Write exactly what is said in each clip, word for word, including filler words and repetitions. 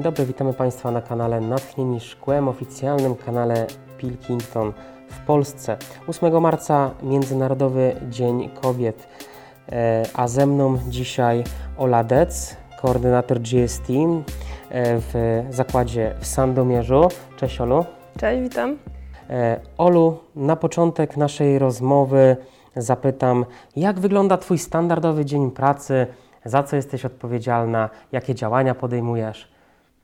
Dzień dobry, witamy Państwa na kanale Natchnieni Szkłem, oficjalnym kanale Pilkington w Polsce. ósmego marca Międzynarodowy Dzień Kobiet, a ze mną dzisiaj Ola Dec, koordynator G S T w zakładzie w Sandomierzu. Cześć Olu. Cześć, witam. Olu, na początek naszej rozmowy zapytam, jak wygląda Twój standardowy dzień pracy, za co jesteś odpowiedzialna, jakie działania podejmujesz?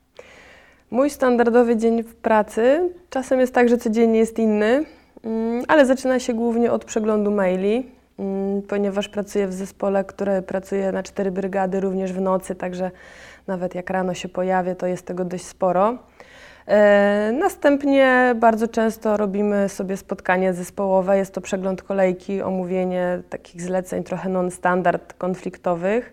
Mój standardowy dzień w pracy czasem jest tak, że codziennie jest inny, ale zaczyna się głównie od przeglądu maili, ponieważ pracuję w zespole, który pracuje na cztery brygady, również w nocy, także nawet jak rano się pojawię, to jest tego dość sporo. E, następnie bardzo często robimy sobie spotkanie zespołowe, jest to przegląd kolejki, omówienie takich zleceń trochę non-standard konfliktowych.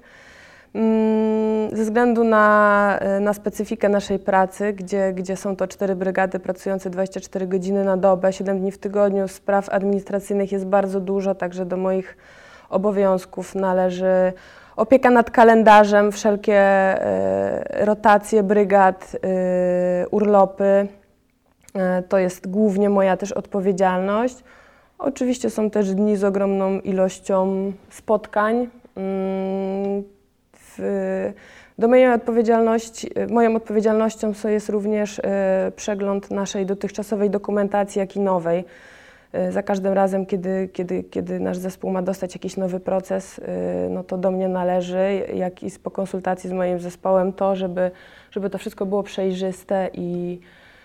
Ze względu na, na specyfikę naszej pracy, gdzie, gdzie są to cztery brygady pracujące dwadzieścia cztery godziny na dobę, siedem dni w tygodniu, spraw administracyjnych jest bardzo dużo, także do moich obowiązków należy opieka nad kalendarzem, wszelkie e, rotacje brygad, e, urlopy. E, to jest głównie moja też odpowiedzialność. Oczywiście są też dni z ogromną ilością spotkań. Mm, w, do mojej odpowiedzialności, moją odpowiedzialnością jest również e, przegląd naszej dotychczasowej dokumentacji, jak i nowej. Za każdym razem, kiedy, kiedy, kiedy nasz zespół ma dostać jakiś nowy proces, no to do mnie należy, jak i po konsultacji z moim zespołem, to, żeby, żeby to wszystko było przejrzyste i,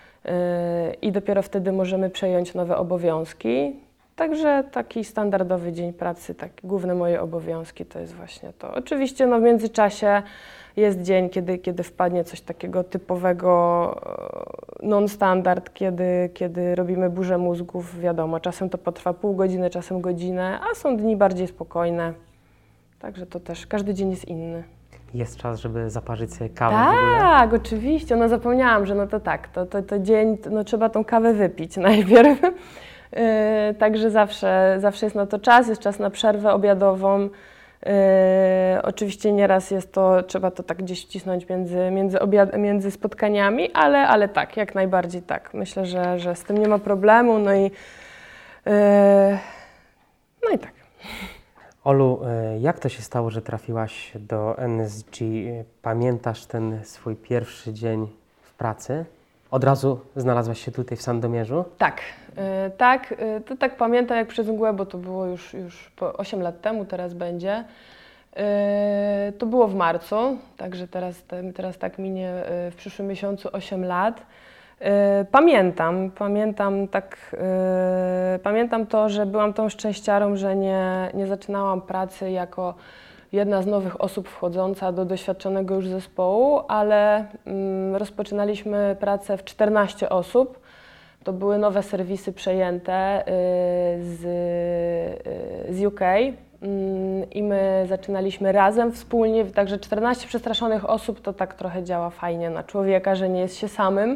i dopiero wtedy możemy przejąć nowe obowiązki. Także taki standardowy dzień pracy, tak, główne moje obowiązki to jest właśnie to. Oczywiście no, w międzyczasie jest dzień, kiedy, kiedy wpadnie coś takiego typowego non-standard, kiedy, kiedy robimy burzę mózgów, wiadomo, czasem to potrwa pół godziny, czasem godzinę, a są dni bardziej spokojne. Także to też, każdy dzień jest inny. Jest czas, żeby zaparzyć sobie kawę tak, w ogóle? Tak, oczywiście, no zapomniałam, że no to tak, to, to, to dzień, no trzeba tą kawę wypić najpierw. Yy, także zawsze, zawsze jest na to czas, jest czas na przerwę obiadową. Yy, oczywiście nieraz jest to, trzeba to tak gdzieś wcisnąć między, między, obiad, między spotkaniami, ale, ale tak, jak najbardziej tak. Myślę, że, że z tym nie ma problemu, no i, yy, no i tak. Olu, jak to się stało, że trafiłaś do N S G? Pamiętasz ten swój pierwszy dzień w pracy? Od razu znalazłaś się tutaj w Sandomierzu? Tak, yy, tak. Yy, to tak pamiętam jak przez mgłę, bo to było już, już po osiem lat temu, teraz będzie. Yy, to było w marcu, także teraz, teraz tak minie yy, w przyszłym miesiącu osiem lat. Yy, pamiętam, pamiętam tak, yy, pamiętam to, że byłam tą szczęściarą, że nie, nie zaczynałam pracy jako jedna z nowych osób wchodząca do doświadczonego już zespołu, ale mm, rozpoczynaliśmy pracę w czternaście osób. To były nowe serwisy przejęte y, z, y, z U K y, i my zaczynaliśmy razem, wspólnie, także czternaście przestraszonych osób to tak trochę działa fajnie na człowieka, że nie jest się samym. Y,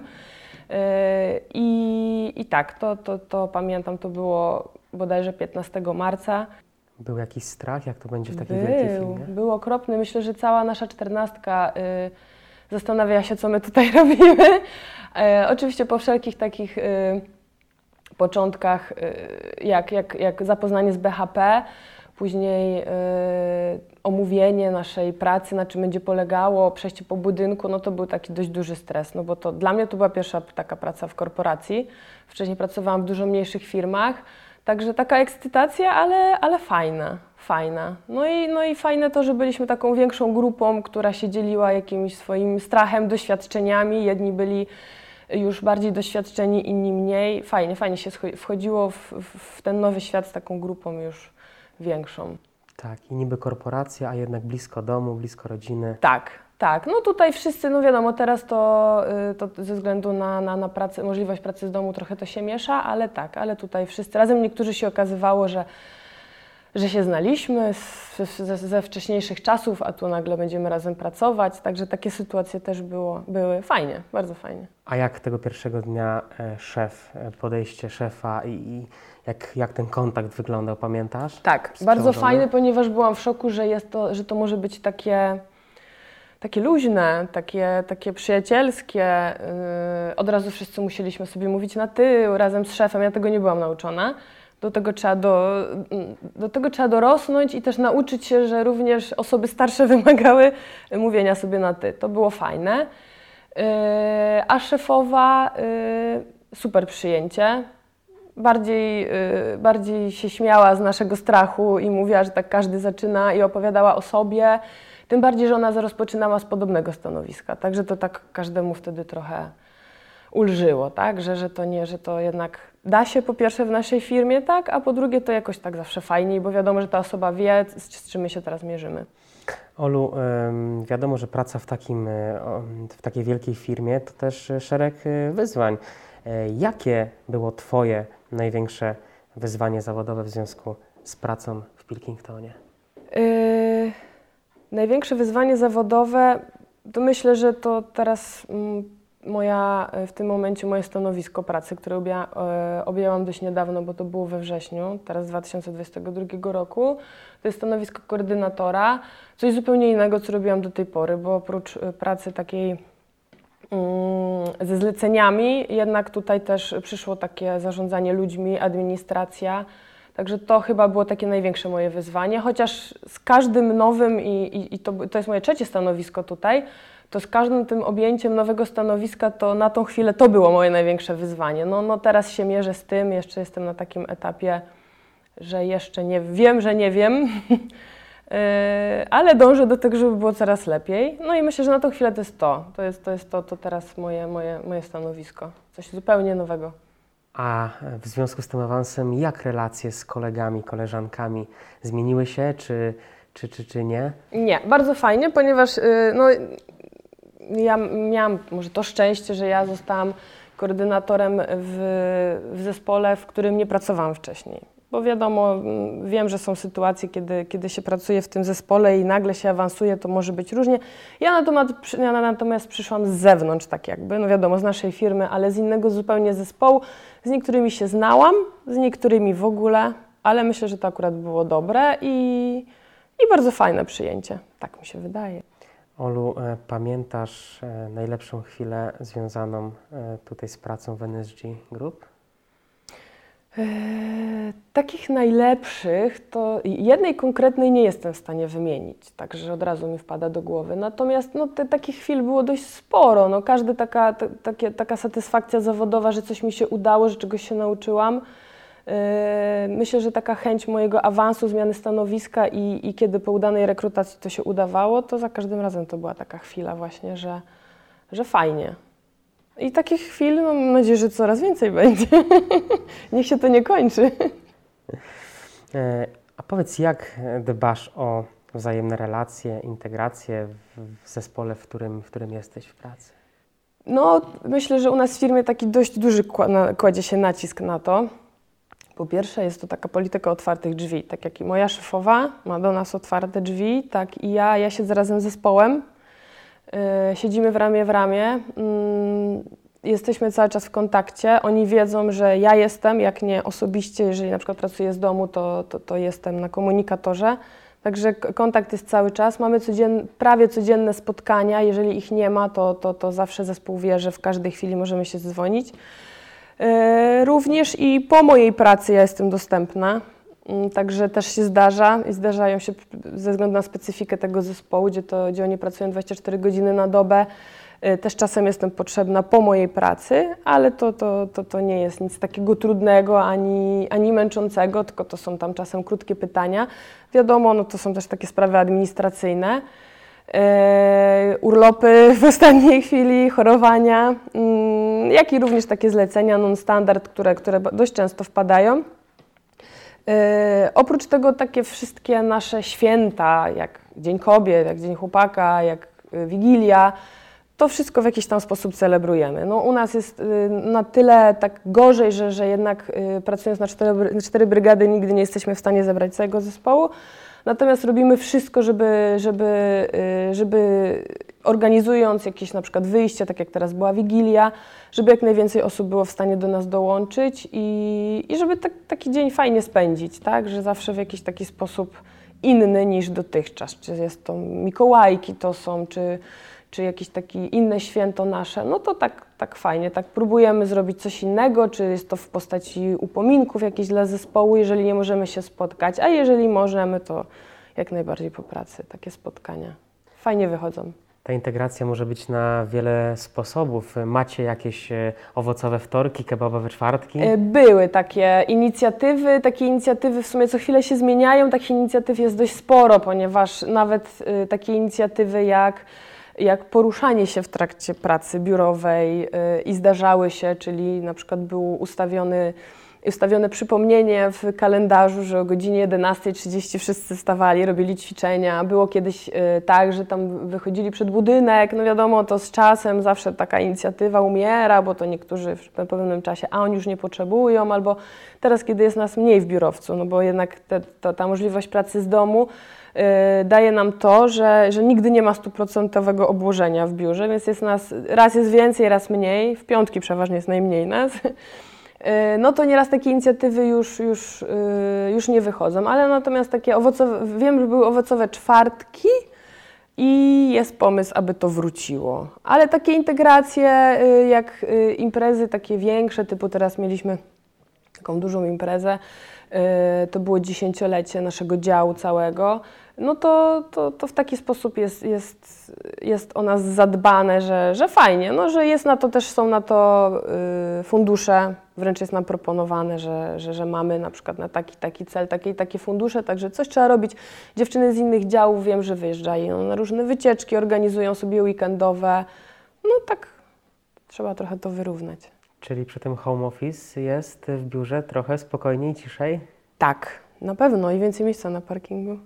i, I tak, to, to, to pamiętam, to było bodajże piętnastego marca. Był jakiś strach, jak to będzie w takiej Był, wielkiej firmie? Był okropny. Myślę, że cała nasza czternastka y, zastanawia się, co my tutaj robimy. E, oczywiście po wszelkich takich y, początkach, y, jak, jak, jak zapoznanie z B H P, później y, omówienie naszej pracy, na czym będzie polegało, przejście po budynku, no to był taki dość duży stres, no bo to dla mnie to była pierwsza taka praca w korporacji. Wcześniej pracowałam w dużo mniejszych firmach. Także taka ekscytacja, ale, ale fajna, fajna. No i, no i fajne to, że byliśmy taką większą grupą, która się dzieliła jakimś swoim strachem, doświadczeniami. Jedni byli już bardziej doświadczeni, inni mniej. Fajnie, fajnie się wchodziło w, w ten nowy świat z taką grupą już większą. Tak, i niby korporacja, a jednak blisko domu, blisko rodziny. Tak. Tak, no tutaj wszyscy, no wiadomo, teraz to, to ze względu na, na, na pracę, możliwość pracy z domu trochę to się miesza, ale tak, ale tutaj wszyscy razem. Niektórzy się okazywało, że, że się znaliśmy z, ze, ze wcześniejszych czasów, a tu nagle będziemy razem pracować, także takie sytuacje też było, były fajnie, bardzo fajnie. A jak tego pierwszego dnia e, szef, podejście szefa i, i jak, jak ten kontakt wyglądał, pamiętasz? Tak, bardzo fajny, ponieważ byłam w szoku, że jest to, że to może być takie takie luźne, takie, takie przyjacielskie. Yy, od razu wszyscy musieliśmy sobie mówić na ty razem z szefem, ja tego nie byłam nauczona. Do tego, trzeba do, do tego trzeba dorosnąć i też nauczyć się, że również osoby starsze wymagały mówienia sobie na ty. To było fajne. Yy, a szefowa, yy, super przyjęcie. Bardziej, yy, bardziej się śmiała z naszego strachu i mówiła, że tak każdy zaczyna i opowiadała o sobie. Tym bardziej, że ona rozpoczynała z podobnego stanowiska. Także to tak każdemu wtedy trochę ulżyło, tak? Że, że to nie, że to jednak da się po pierwsze w naszej firmie, tak? A po drugie to jakoś tak zawsze fajniej, bo wiadomo, że ta osoba wie, z, z czym my się teraz mierzymy. Olu, wiadomo, że praca w, takim, w takiej wielkiej firmie to też szereg wyzwań. Jakie było Twoje największe wyzwanie zawodowe w związku z pracą w Pilkingtonie? Yy, największe wyzwanie zawodowe to myślę, że to teraz mm, moja, w tym momencie moje stanowisko pracy, które objęła, e, objęłam dość niedawno, bo to było we wrześniu, teraz dwa tysiące dwudziestego drugiego roku. To jest stanowisko koordynatora, coś zupełnie innego, co robiłam do tej pory, bo oprócz pracy takiej mm, ze zleceniami, jednak tutaj też przyszło takie zarządzanie ludźmi, administracja. Także to chyba było takie największe moje wyzwanie, chociaż z każdym nowym, i, i, i to, to jest moje trzecie stanowisko tutaj, to z każdym tym objęciem nowego stanowiska, to na tą chwilę to było moje największe wyzwanie. No, no teraz się mierzę z tym, jeszcze jestem na takim etapie, że jeszcze nie wiem, że nie wiem, yy, ale dążę do tego, żeby było coraz lepiej. No i myślę, że na tą chwilę to jest to, to jest to, jest to, to teraz moje, moje, moje stanowisko, coś zupełnie nowego. A w związku z tym awansem, jak relacje z kolegami, koleżankami zmieniły się, czy, czy, czy, czy nie? Nie, bardzo fajnie, ponieważ yy, no, ja miałam może to szczęście, że ja zostałam koordynatorem w, w zespole, w którym nie pracowałam wcześniej. Bo wiadomo, wiem, że są sytuacje, kiedy, kiedy się pracuje w tym zespole i nagle się awansuje, to może być różnie. Ja natomiast, ja natomiast przyszłam z zewnątrz, tak jakby, no wiadomo, z naszej firmy, ale z innego zupełnie zespołu. Z niektórymi się znałam, z niektórymi w ogóle, ale myślę, że to akurat było dobre i, i bardzo fajne przyjęcie. Tak mi się wydaje. Olu, e, pamiętasz e, najlepszą chwilę związaną e, tutaj z pracą w N S G Group? Eee, takich najlepszych to jednej konkretnej nie jestem w stanie wymienić, także od razu mi wpada do głowy. Natomiast no, te, takich chwil było dość sporo. No, każdy taka, te, takie, taka satysfakcja zawodowa, że coś mi się udało, że czegoś się nauczyłam. Eee, myślę, że taka chęć mojego awansu, zmiany stanowiska i, i kiedy po udanej rekrutacji to się udawało, to za każdym razem to była taka chwila właśnie, że, że fajnie. I takich chwil, no, mam nadzieję, że coraz więcej będzie. Niech się to nie kończy. A powiedz, jak dbasz o wzajemne relacje, integrację w zespole, w którym, w którym jesteś w pracy? No, myślę, że u nas w firmie taki dość duży kładzie się nacisk na to. Po pierwsze, jest to taka polityka otwartych drzwi. Tak jak i moja szefowa ma do nas otwarte drzwi, tak i ja, ja siedzę razem z zespołem. Siedzimy w ramię w ramię, jesteśmy cały czas w kontakcie, oni wiedzą, że ja jestem, jak nie osobiście, jeżeli na przykład pracuję z domu, to, to, to jestem na komunikatorze, także kontakt jest cały czas, mamy codzienne, prawie codzienne spotkania, jeżeli ich nie ma, to, to, to zawsze zespół wie, że w każdej chwili możemy się dzwonić. Również i po mojej pracy ja jestem dostępna. Także też się zdarza i zdarzają się ze względu na specyfikę tego zespołu, gdzie, to, gdzie oni pracują dwadzieścia cztery godziny na dobę. Też czasem jestem potrzebna po mojej pracy, ale to, to, to, to nie jest nic takiego trudnego ani, ani męczącego, tylko to są tam czasem krótkie pytania. Wiadomo, no to są też takie sprawy administracyjne. Yy, urlopy w ostatniej chwili, chorowania, yy, jak i również takie zlecenia non-standard, które, które dość często wpadają. Yy, oprócz tego takie wszystkie nasze święta, jak Dzień Kobiet, jak Dzień Chłopaka, jak y, Wigilia, to wszystko w jakiś tam sposób celebrujemy. No, u nas jest y, na tyle tak gorzej, że, że jednak y, pracując na cztery, cztery brygady nigdy nie jesteśmy w stanie zebrać całego zespołu. Natomiast robimy wszystko, żeby, żeby, y, żeby organizując jakieś na przykład wyjście, tak jak teraz była Wigilia, żeby jak najwięcej osób było w stanie do nas dołączyć i, i żeby tak, taki dzień fajnie spędzić, tak? Że zawsze w jakiś taki sposób inny niż dotychczas. Czy jest to Mikołajki to są, czy, czy jakieś takie inne święto nasze, no to tak, tak fajnie, tak próbujemy zrobić coś innego, czy jest to w postaci upominków jakichś dla zespołu, jeżeli nie możemy się spotkać, a jeżeli możemy, to jak najbardziej po pracy, takie spotkania. Fajnie wychodzą. Ta integracja może być na wiele sposobów. Macie jakieś e, owocowe wtorki, kebabowe czwartki? Były takie inicjatywy, takie inicjatywy w sumie co chwilę się zmieniają, takich inicjatyw jest dość sporo, ponieważ nawet y, takie inicjatywy jak, jak poruszanie się w trakcie pracy biurowej y, i zdarzały się, czyli na przykład był ustawiony Ustawione przypomnienie w kalendarzu, że o godzinie jedenastej trzydzieści wszyscy wstawali, robili ćwiczenia. Było kiedyś y, tak, że tam wychodzili przed budynek, no wiadomo, to z czasem zawsze taka inicjatywa umiera, bo to niektórzy w pewnym czasie, a oni już nie potrzebują, albo teraz, kiedy jest nas mniej w biurowcu, no bo jednak te, to, ta możliwość pracy z domu y, daje nam to, że, że nigdy nie ma stuprocentowego obłożenia w biurze, więc jest nas, raz jest więcej, raz mniej, w piątki przeważnie jest najmniej nas. No to nieraz takie inicjatywy już, już, już nie wychodzą, ale natomiast takie owocowe, wiem, że były owocowe czwartki i jest pomysł, aby to wróciło. Ale takie integracje jak imprezy takie większe, typu teraz mieliśmy taką dużą imprezę, to było dziesięciolecie naszego działu całego, no to, to, to w taki sposób jest, jest, jest o nas zadbane, że, że fajnie, no, że jest na to też są na to y, fundusze, wręcz jest nam proponowane, że, że, że mamy na przykład na taki, taki cel, takie, takie fundusze, także coś trzeba robić. Dziewczyny z innych działów wiem, że wyjeżdżają na różne wycieczki, organizują sobie weekendowe, no tak trzeba trochę to wyrównać. Czyli przy tym home office jest w biurze trochę spokojniej, ciszej? Tak, na pewno i więcej miejsca na parkingu.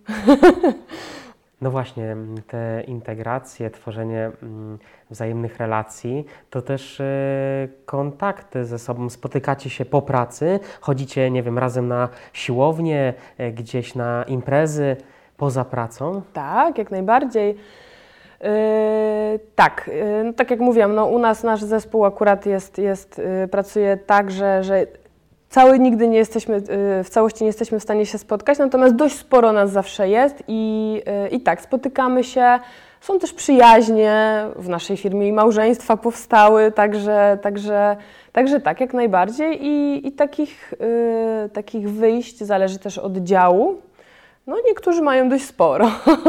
No właśnie, te integracje, tworzenie wzajemnych relacji, to też kontakty ze sobą. Spotykacie się po pracy, chodzicie, nie wiem, razem na siłownię, gdzieś na imprezy poza pracą? Tak, jak najbardziej. Yy, tak, yy, no tak jak mówiłam, no u nas nasz zespół akurat jest, jest, yy, pracuje tak, że, że cały nigdy nie jesteśmy, yy, w całości nie jesteśmy w stanie się spotkać, natomiast dość sporo nas zawsze jest i, yy, i tak, spotykamy się. Są też przyjaźnie, w naszej firmie i małżeństwa powstały, także, także, także tak, jak najbardziej i, i takich, yy, takich wyjść zależy też od działu. No niektórzy mają dość sporo.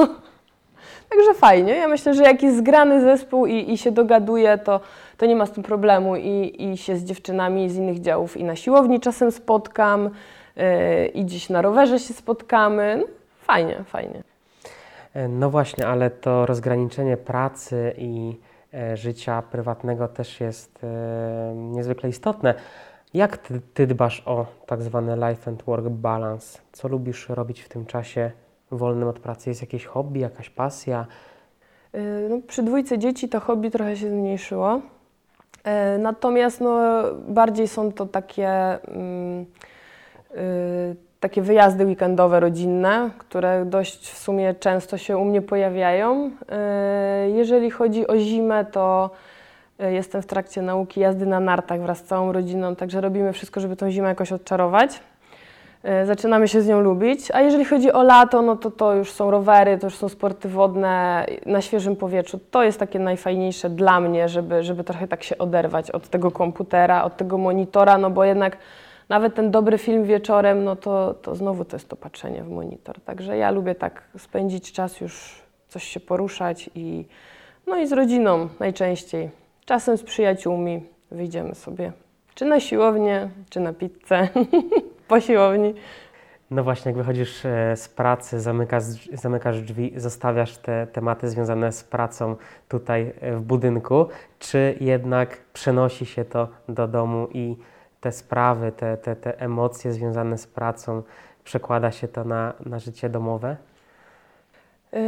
Także fajnie. Ja myślę, że jak jest zgrany zespół i, i się dogaduje, to, to nie ma z tym problemu i, i się z dziewczynami z innych działów i na siłowni czasem spotkam, yy, i gdzieś na rowerze się spotkamy. No, fajnie, fajnie. No właśnie, ale to rozgraniczenie pracy i e, życia prywatnego też jest e, niezwykle istotne. Jak ty, ty dbasz o tak zwany life and work balance? Co lubisz robić w tym czasie wolnym od pracy? Jest jakieś hobby, jakaś pasja? Yy, no, przy dwójce dzieci to hobby trochę się zmniejszyło. Yy, natomiast no, bardziej są to takie, yy, yy, takie wyjazdy weekendowe, rodzinne, które dość w sumie często się u mnie pojawiają. Yy, jeżeli chodzi o zimę, to yy, jestem w trakcie nauki jazdy na nartach wraz z całą rodziną, także robimy wszystko, żeby tą zimę jakoś odczarować. Zaczynamy się z nią lubić, a jeżeli chodzi o lato, no to to już są rowery, to już są sporty wodne na świeżym powietrzu. To jest takie najfajniejsze dla mnie, żeby, żeby trochę tak się oderwać od tego komputera, od tego monitora, no bo jednak nawet ten dobry film wieczorem, no to, to znowu to jest to patrzenie w monitor. Także ja lubię tak spędzić czas, już coś się poruszać i no i z rodziną najczęściej. Czasem z przyjaciółmi wyjdziemy sobie czy na siłownię, czy na pizzę. Po siłowni. No właśnie, jak wychodzisz z pracy, zamykasz, zamykasz drzwi, zostawiasz te tematy związane z pracą tutaj w budynku, czy jednak przenosi się to do domu i te sprawy, te, te, te emocje związane z pracą, przekłada się to na, na życie domowe? Yy,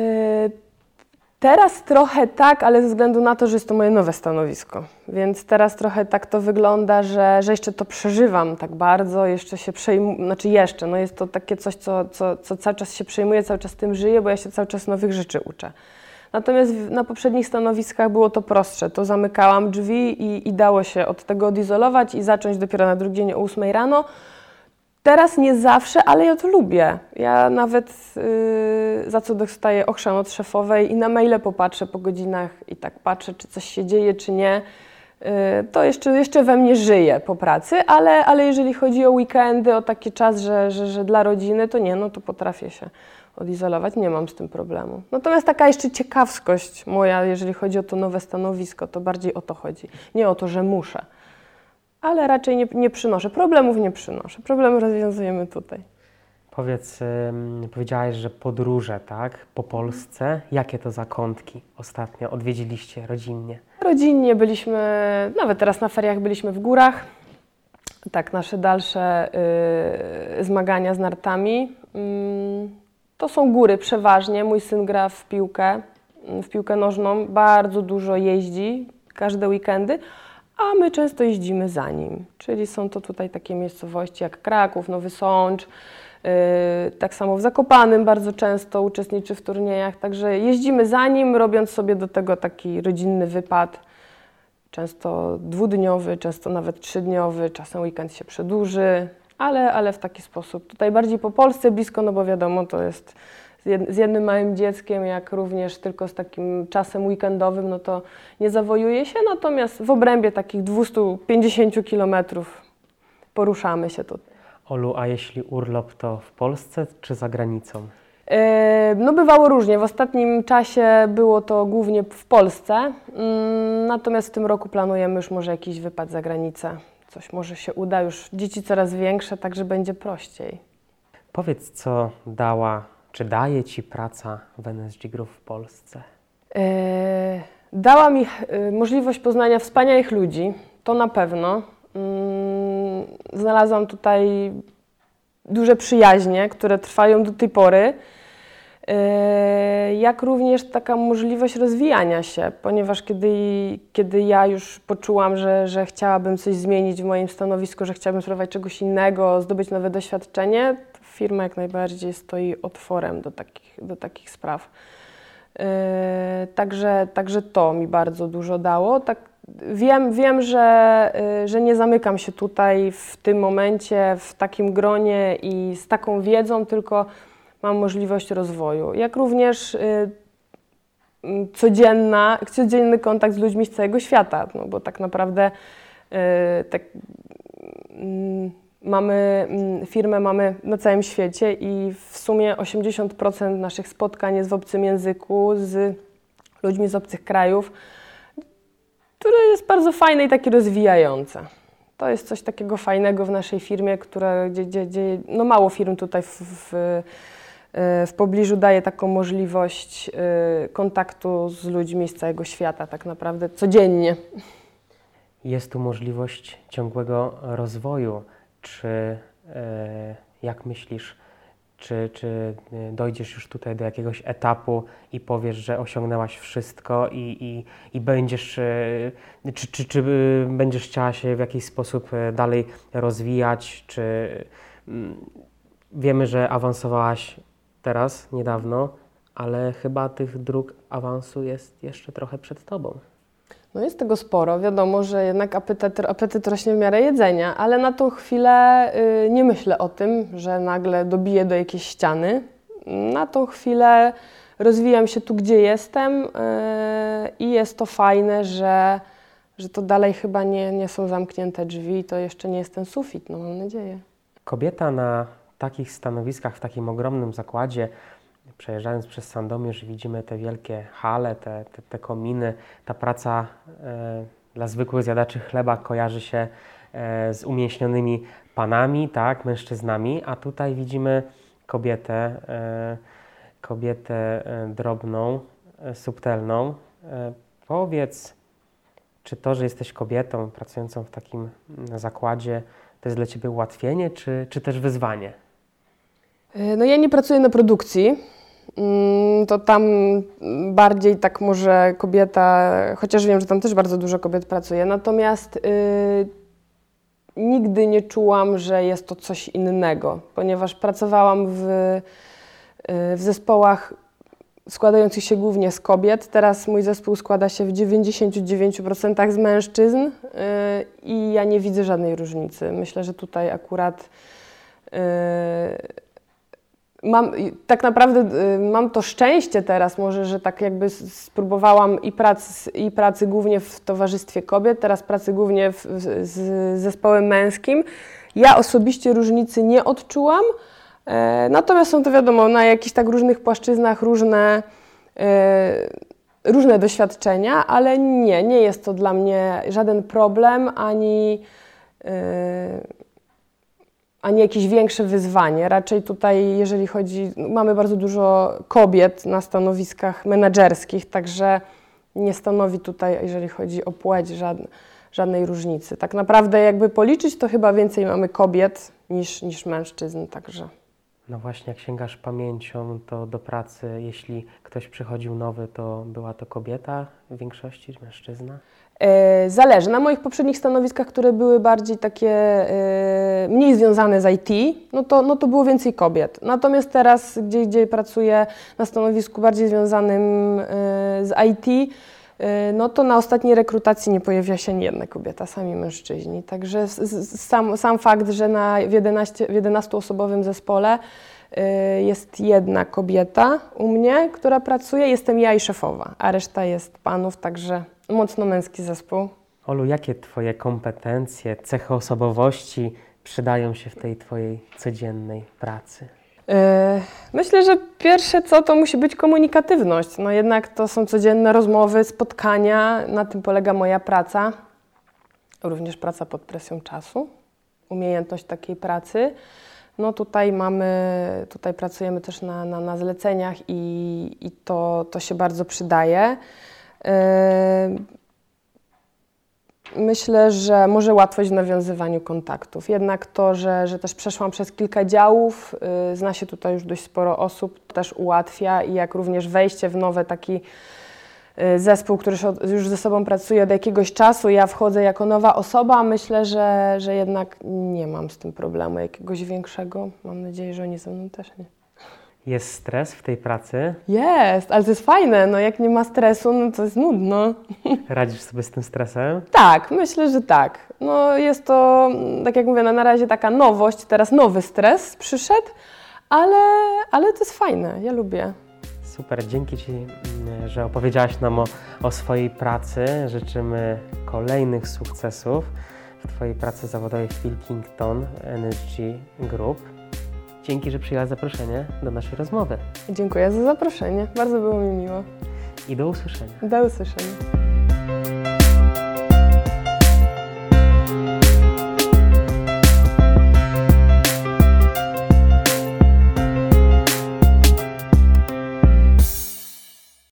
teraz trochę tak, ale ze względu na to, że jest to moje nowe stanowisko. Więc teraz trochę tak to wygląda, że, że jeszcze to przeżywam tak bardzo, jeszcze się przejmuję, znaczy jeszcze, no jest to takie coś, co, co, co cały czas się przejmuję, cały czas tym żyję, bo ja się cały czas nowych rzeczy uczę. Natomiast w, na poprzednich stanowiskach było to prostsze, to zamykałam drzwi i, i dało się od tego odizolować i zacząć dopiero na drugi dzień o ósmej rano. Teraz nie zawsze, ale ja to lubię. Ja nawet yy, za co dostaję ochrzan od szefowej i na maile popatrzę po godzinach i tak patrzę, czy coś się dzieje, czy nie. Yy, to jeszcze, jeszcze we mnie żyje po pracy, ale, ale jeżeli chodzi o weekendy, o taki czas, że, że, że dla rodziny, to nie, no to potrafię się odizolować, nie mam z tym problemu. Natomiast taka jeszcze ciekawskość moja, jeżeli chodzi o to nowe stanowisko, to bardziej o to chodzi. Nie o to, że muszę. Ale raczej nie, nie przynoszę. Problemów nie przynoszę. Problemy rozwiązujemy tutaj. Powiedz, yy, powiedziałaś, że podróże, tak, po Polsce. Jakie to zakątki ostatnio odwiedziliście rodzinnie? Rodzinnie byliśmy, nawet teraz na feriach byliśmy w górach. Tak, nasze dalsze yy, zmagania z nartami. Yy, to są góry przeważnie. Mój syn gra w piłkę, w piłkę nożną. Bardzo dużo jeździ, każde weekendy. A my często jeździmy za nim, czyli są to tutaj takie miejscowości jak Kraków, Nowy Sącz, yy, tak samo w Zakopanem bardzo często uczestniczy w turniejach, także jeździmy za nim, robiąc sobie do tego taki rodzinny wypad, często dwudniowy, często nawet trzydniowy, czasem weekend się przedłuży, ale, ale w taki sposób. Tutaj bardziej po Polsce blisko, no bo wiadomo, to jest z jednym małym dzieckiem, jak również tylko z takim czasem weekendowym, no to nie zawojuje się, natomiast w obrębie takich dwieście pięćdziesiąt kilometrów poruszamy się tutaj. Olu, a jeśli urlop, to w Polsce czy za granicą? Yy, no bywało różnie. W ostatnim czasie było to głównie w Polsce, yy, natomiast w tym roku planujemy już może jakiś wypad za granicę. Coś może się uda, już dzieci coraz większe, także będzie prościej. Powiedz, co dała Czy daje Ci praca w N S G Group w Polsce? Yy, dała mi yy, możliwość poznania wspaniałych ludzi, to na pewno. Yy, znalazłam tutaj duże przyjaźnie, które trwają do tej pory, yy, jak również taka możliwość rozwijania się, ponieważ kiedy, kiedy ja już poczułam, że, że chciałabym coś zmienić w moim stanowisku, że chciałabym spróbować czegoś innego, zdobyć nowe doświadczenie, firma jak najbardziej stoi otworem do takich, do takich spraw. Yy, także, także to mi bardzo dużo dało. Tak, wiem, wiem że, yy, że nie zamykam się tutaj w tym momencie, w takim gronie i z taką wiedzą, tylko mam możliwość rozwoju. Jak również yy, yy, codzienna, codzienny kontakt z ludźmi z całego świata, no bo tak naprawdę yy, tak, yy, Mamy, firmę mamy na całym świecie i w sumie osiemdziesiąt procent naszych spotkań jest w obcym języku z ludźmi z obcych krajów, które jest bardzo fajne i takie rozwijające. To jest coś takiego fajnego w naszej firmie, które, gdzie, gdzie, gdzie no mało firm tutaj w, w, w pobliżu daje taką możliwość kontaktu z ludźmi z całego świata tak naprawdę codziennie. Jest tu możliwość ciągłego rozwoju. Czy, e, jak myślisz, czy, czy dojdziesz już tutaj do jakiegoś etapu i powiesz, że osiągnęłaś wszystko i, i, i będziesz, e, czy, czy, czy będziesz chciała się w jakiś sposób dalej rozwijać, czy m, wiemy, że awansowałaś teraz, niedawno, ale chyba tych dróg awansu jest jeszcze trochę przed Tobą. No jest tego sporo. Wiadomo, że jednak apetyt, apetyt rośnie w miarę jedzenia, ale na tą chwilę y, nie myślę o tym, że nagle dobiję do jakiejś ściany. Na tą chwilę rozwijam się tu, gdzie jestem y, i jest to fajne, że, że to dalej chyba nie, nie są zamknięte drzwi, to jeszcze nie jest ten sufit, no mam nadzieję. Kobieta na takich stanowiskach, w takim ogromnym zakładzie, przejeżdżając przez Sandomierz, widzimy te wielkie hale, te, te, te kominy. Ta praca e, dla zwykłych zjadaczy chleba kojarzy się e, z umięśnionymi panami, tak, mężczyznami, a tutaj widzimy kobietę, e, kobietę e, drobną, e, subtelną. E, powiedz, czy to, że jesteś kobietą pracującą w takim zakładzie, to jest dla Ciebie ułatwienie, czy, czy też wyzwanie? No ja nie pracuję na produkcji, to tam bardziej tak może kobieta, chociaż wiem, że tam też bardzo dużo kobiet pracuje, natomiast yy, nigdy nie czułam, że jest to coś innego, ponieważ pracowałam w, yy, w zespołach składających się głównie z kobiet. Teraz mój zespół składa się w dziewięćdziesięciu dziewięciu procentach z mężczyzn yy, i ja nie widzę żadnej różnicy. Myślę, że tutaj akurat Mam, tak naprawdę mam to szczęście teraz może, że tak jakby spróbowałam i pracy, i pracy głównie w towarzystwie kobiet, teraz pracy głównie w, z, z zespołem męskim. Ja osobiście różnicy nie odczułam, e, natomiast są to wiadomo na jakichś tak różnych płaszczyznach różne, e, różne doświadczenia, ale nie, nie jest to dla mnie żaden problem ani e, ani jakieś większe wyzwanie. Raczej tutaj, jeżeli chodzi, mamy bardzo dużo kobiet na stanowiskach menedżerskich, także nie stanowi tutaj, jeżeli chodzi o płeć, żadne, żadnej różnicy. Tak naprawdę jakby policzyć, to chyba więcej mamy kobiet niż, niż mężczyzn, także. No właśnie, jak sięgasz pamięcią, to do pracy, jeśli ktoś przychodził nowy, to była to kobieta w większości, czy mężczyzna? Zależy. Na moich poprzednich stanowiskach, które były bardziej takie, mniej związane z I T, no to, no to było więcej kobiet. Natomiast teraz, gdzie, gdzie pracuję na stanowisku bardziej związanym z I T, no to na ostatniej rekrutacji nie pojawia się ani jedna kobieta, sami mężczyźni. Także sam, sam fakt, że na w jedenastoosobowym zespole jest jedna kobieta u mnie, która pracuje, jestem ja i szefowa, a reszta jest panów, także mocno męski zespół. Olu, jakie Twoje kompetencje, cechy osobowości przydają się w tej Twojej codziennej pracy? Yy, myślę, że pierwsze co to musi być komunikatywność. No jednak to są codzienne rozmowy, spotkania, na tym polega moja praca. Również praca pod presją czasu, umiejętność takiej pracy. No tutaj mamy, tutaj pracujemy też na, na, na zleceniach i, i to, to się bardzo przydaje. Myślę, że może łatwość w nawiązywaniu kontaktów. Jednak to, że, że też przeszłam przez kilka działów, zna się tutaj już dość sporo osób, to też ułatwia i jak również wejście w nowy taki zespół, który już ze sobą pracuje od jakiegoś czasu, ja wchodzę jako nowa osoba, myślę, że, że jednak nie mam z tym problemu jakiegoś większego. Mam nadzieję, że oni ze mną też nie. Jest stres w tej pracy? Jest, ale to jest fajne, no jak nie ma stresu, no to jest nudno. Radzisz sobie z tym stresem? Tak, myślę, że tak. No jest to, tak jak mówię, no na razie taka nowość, teraz nowy stres przyszedł, ale, ale to jest fajne, ja lubię. Super, dzięki Ci, że opowiedziałaś nam o, o swojej pracy. Życzymy kolejnych sukcesów w Twojej pracy zawodowej w Pilkington N S G Group. Dzięki, że przyjęłaś zaproszenie do naszej rozmowy. Dziękuję za zaproszenie, bardzo było mi miło. I do usłyszenia. Do usłyszenia.